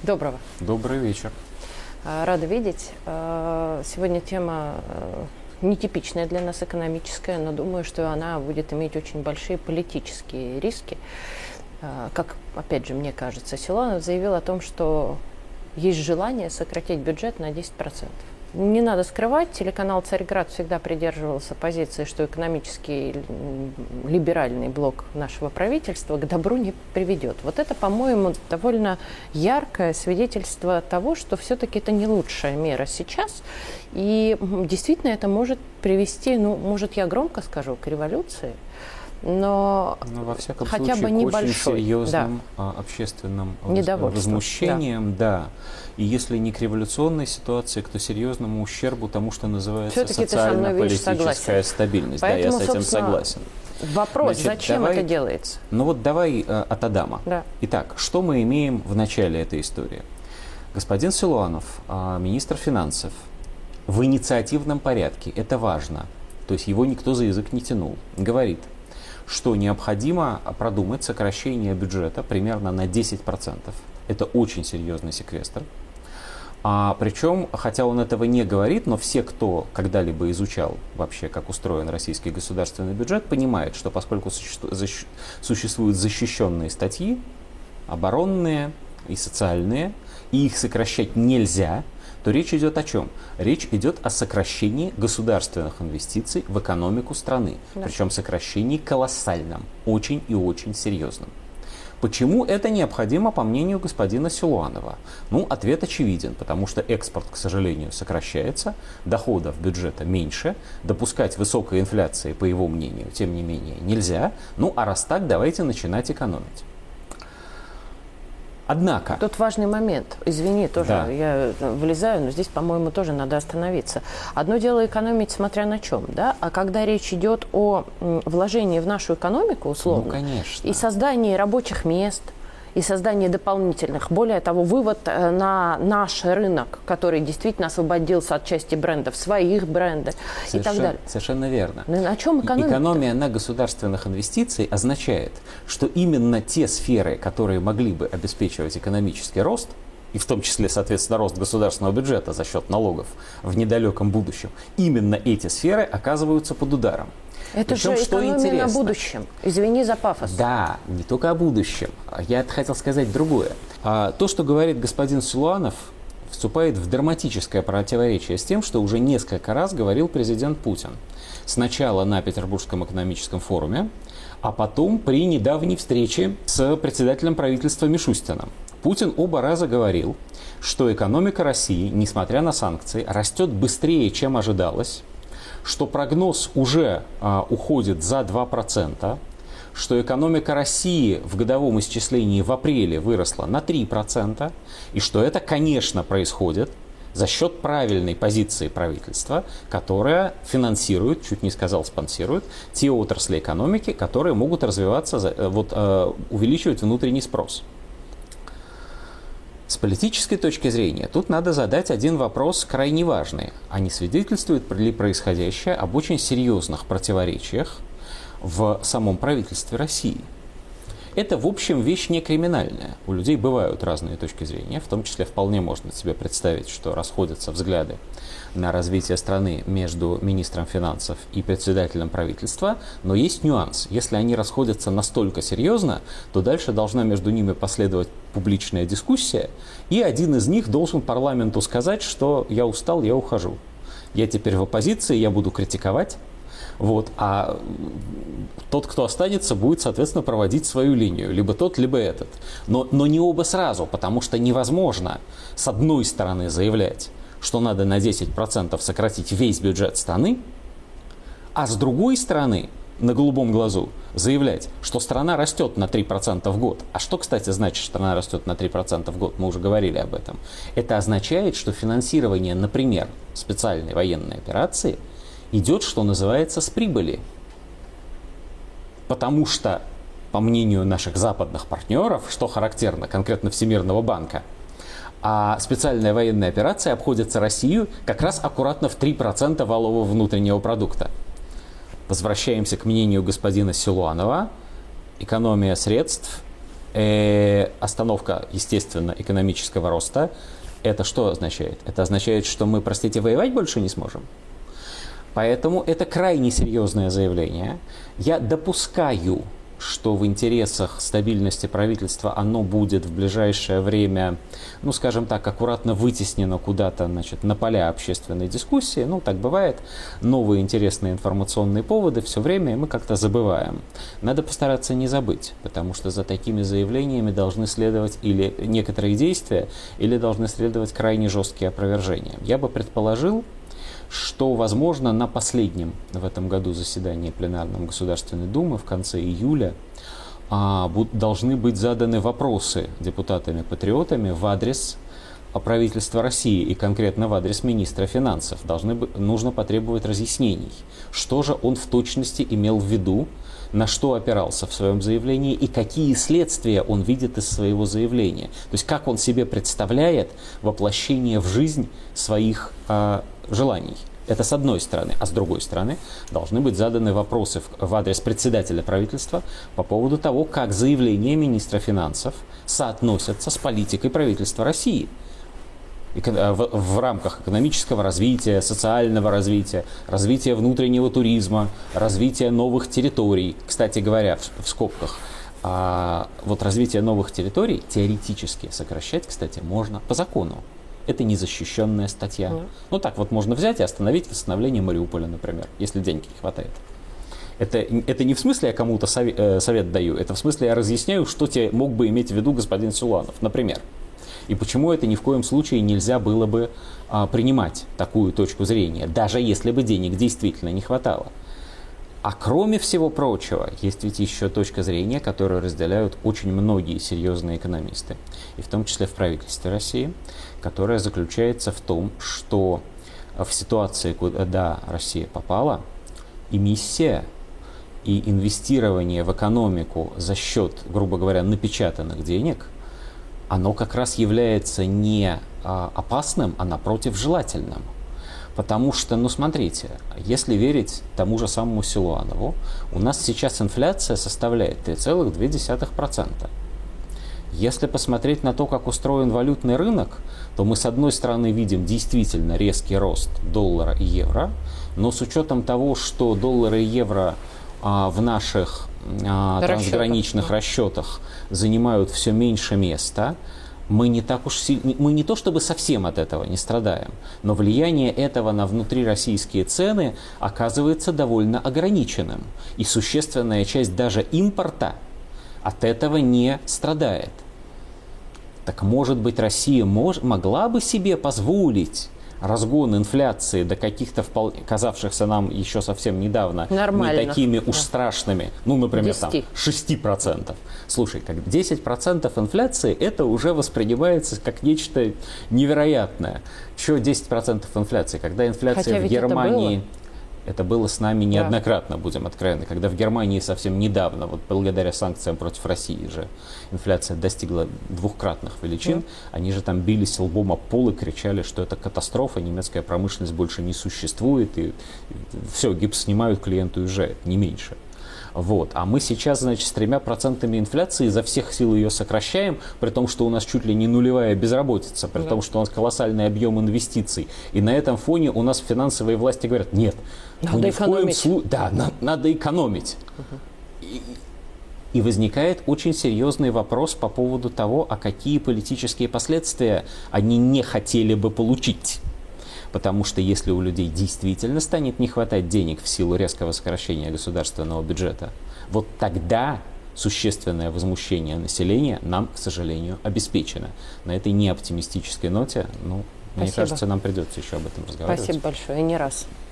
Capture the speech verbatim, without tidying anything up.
Доброго. Добрый вечер. Рада видеть. Сегодня тема нетипичная для нас, экономическая, но думаю, что она будет иметь очень большие политические риски. Как, опять же, мне кажется, Силуанов заявил о том, что есть желание сократить бюджет на десять процентов. Не надо скрывать, телеканал «Царьград» всегда придерживался позиции, что экономический либеральный блок нашего правительства к добру не приведет. Вот это, по-моему, довольно яркое свидетельство того, что все-таки это не лучшая мера сейчас. И действительно это может привести, ну, может, я громко скажу, к революции, но, но во всяком хотя случае, бы небольшой, к очень серьезным да. общественным Да. возмущениям, да. И если не к революционной ситуации, к то серьезному ущербу тому, что называется социально-политическая стабильность. Поэтому, да, я с этим согласен. Вопрос, Значит, зачем давай, это делается? Ну вот давай э, от Адама. Да. Итак, что мы имеем в начале этой истории? Господин Силуанов, э, министр финансов, в инициативном порядке, это важно, то есть его никто за язык не тянул, говорит, что необходимо продумать сокращение бюджета примерно на десять процентов. Это очень серьезный секвестр. А, причем, хотя он этого не говорит, но все, кто когда-либо изучал вообще, как устроен российский государственный бюджет, понимают, что поскольку существу, защ, существуют защищенные статьи, оборонные и социальные, и их сокращать нельзя, то речь идет о чем? Речь идет о сокращении государственных инвестиций в экономику страны. Да. Причем сокращении колоссальном, очень и очень серьезном. Почему это необходимо, по мнению господина Силуанова? Ну, ответ очевиден, потому что экспорт, к сожалению, сокращается, доходов бюджета меньше, допускать высокой инфляции, по его мнению, тем не менее, нельзя. Ну, а раз так, давайте начинать экономить. Однако... Тут важный момент. Извини, тоже да. я влезаю, но здесь, по-моему, тоже надо остановиться. Одно дело экономить, смотря на чем, да? А когда речь идет о вложении в нашу экономику, условно, ну, конечно. и создании рабочих мест, и создании дополнительных, более того, вывод на наш рынок, который действительно освободился от части брендов, своих брендов и так далее. Совершенно верно. Но на чем экономия? Экономия на государственных инвестициях означает, что именно те сферы, которые могли бы обеспечивать экономический рост, и в том числе, соответственно, рост государственного бюджета за счет налогов в недалеком будущем, именно эти сферы оказываются под ударом. Это Причем, же что экономия интересно, на будущем. Извини за пафос. Да, не только о будущем. Я хотел сказать другое. А, то, что говорит господин Силуанов, вступает в драматическое противоречие с тем, что уже несколько раз говорил президент Путин. Сначала на Петербургском экономическом форуме, а потом при недавней встрече с председателем правительства Мишустиным. Путин оба раза говорил, что экономика России, несмотря на санкции, растет быстрее, чем ожидалось, что прогноз уже а, уходит за два процента, что экономика России в годовом исчислении в апреле выросла на три процента, и что это, конечно, происходит за счет правильной позиции правительства, которая финансирует, чуть не сказал спонсирует, те отрасли экономики, которые могут развиваться, вот, а, увеличивать внутренний спрос. С политической точки зрения, тут надо задать один вопрос крайне важный. А не свидетельствует ли происходящее об очень серьезных противоречиях в самом правительстве России? Это, в общем, вещь не криминальная. У людей бывают разные точки зрения, в том числе вполне можно себе представить, что расходятся взгляды на развитие страны между министром финансов и председателем правительства, но есть нюанс. Если они расходятся настолько серьезно, то дальше должна между ними последовать публичная дискуссия, и один из них должен парламенту сказать, что я устал, я ухожу. Я теперь в оппозиции, я буду критиковать, вот, а тот, кто останется, будет, соответственно, проводить свою линию. Либо тот, либо этот. Но, но не оба сразу, потому что невозможно с одной стороны заявлять, что надо на десять процентов сократить весь бюджет страны, а с другой стороны, на голубом глазу, заявлять, что страна растет на три процента в год. А что, кстати, значит, что страна растет на три процента в год? Мы уже говорили об этом. Это означает, что финансирование, например, специальной военной операции идет, что называется, с прибыли. Потому что, по мнению наших западных партнеров, что характерно конкретно Всемирного банка, а специальная военная операция обходится Россию как раз аккуратно в три процента валового внутреннего продукта. Возвращаемся к мнению господина Силуанова. Экономия средств э, остановка, естественно, экономического роста, это что означает? Это означает, что мы, простите, воевать больше не сможем. Поэтому это крайне серьезное заявление. Я допускаю, что в интересах стабильности правительства оно будет в ближайшее время, ну, скажем так, аккуратно вытеснено куда-то, значит, на поля общественной дискуссии. Ну, так бывает. Новые интересные информационные поводы все время, и мы как-то забываем. Надо постараться не забыть, потому что за такими заявлениями должны следовать или некоторые действия, или должны следовать крайне жесткие опровержения. Я бы предположил, что, возможно, на последнем в этом году заседании пленарном Государственной Думы в конце июля а, будут, должны быть заданы вопросы депутатами-патриотами в адрес правительства России и конкретно в адрес министра финансов. Должны, нужно потребовать разъяснений, что же он в точности имел в виду, на что опирался в своем заявлении и какие следствия он видит из своего заявления. То есть как он себе представляет воплощение в жизнь своих а, желаний. Это с одной стороны. А с другой стороны, должны быть заданы вопросы в, в адрес председателя правительства по поводу того, как заявления министра финансов соотносятся с политикой правительства России. В, в рамках экономического развития, социального развития, развития внутреннего туризма, развития новых территорий. Кстати говоря, в, в скобках, а, вот развитие новых территорий теоретически сокращать, кстати, можно по закону. Это незащищенная статья. Mm. Ну так вот можно взять и остановить восстановление Мариуполя, например, если денег не хватает. Это, это не в смысле я кому-то совет, э, совет даю, это в смысле я разъясняю, что тебе мог бы иметь в виду господин Силуанов, например. И почему это ни в коем случае нельзя было бы а, принимать такую точку зрения, даже если бы денег действительно не хватало. А кроме всего прочего, есть ведь еще точка зрения, которую разделяют очень многие серьезные экономисты, и в том числе в правительстве России, которая заключается в том, что в ситуации, куда Россия попала, эмиссия и инвестирование в экономику за счет, грубо говоря, напечатанных денег, оно как раз является не а, опасным, а напротив желательным. Потому что, ну смотрите, если верить тому же самому Силуанову, у нас сейчас инфляция составляет три целых две десятых процента. Если посмотреть на то, как устроен валютный рынок, то мы с одной стороны видим действительно резкий рост доллара и евро, но с учетом того, что доллары и евро а, в наших а, трансграничных расчетах занимают все меньше места, мы не так уж сильно, мы не то чтобы совсем от этого не страдаем, но влияние этого на внутрироссийские цены оказывается довольно ограниченным. И существенная часть даже импорта от этого не страдает. Так может быть, Россия мож, могла бы себе позволить разгон инфляции до каких-то вполне, казавшихся нам еще совсем недавно нормально, не такими да. уж страшными, ну, например, десять. Там, шесть процентов. Слушай, как десять процентов инфляции, это уже воспринимается как нечто невероятное. Еще десять процентов инфляции, когда инфляция Хотя в Германии... Это было. Это было с нами неоднократно, да. Будем откровенны, когда в Германии совсем недавно, вот благодаря санкциям против России же, инфляция достигла двухкратных величин, mm. они же там бились лбом об пол и кричали, что это катастрофа, немецкая промышленность больше не существует, и, и все, гипс снимают, клиент уезжает, не меньше. Вот. А мы сейчас, значит, с тремя процентами инфляции изо всех сил ее сокращаем, при том, что у нас чуть ли не нулевая безработица, при да. том, что у нас колоссальный объем инвестиций. И на этом фоне у нас финансовые власти говорят, нет, надо ни экономить. В коем слу... Да, на... надо экономить. Угу. И... И возникает очень серьезный вопрос по поводу того, а какие политические последствия они не хотели бы получить. Потому что если у людей действительно станет не хватать денег в силу резкого сокращения государственного бюджета, вот тогда существенное возмущение населения нам, к сожалению, обеспечено. На этой неоптимистической ноте, ну, мне кажется, нам придется еще об этом разговаривать. Спасибо большое, и не раз.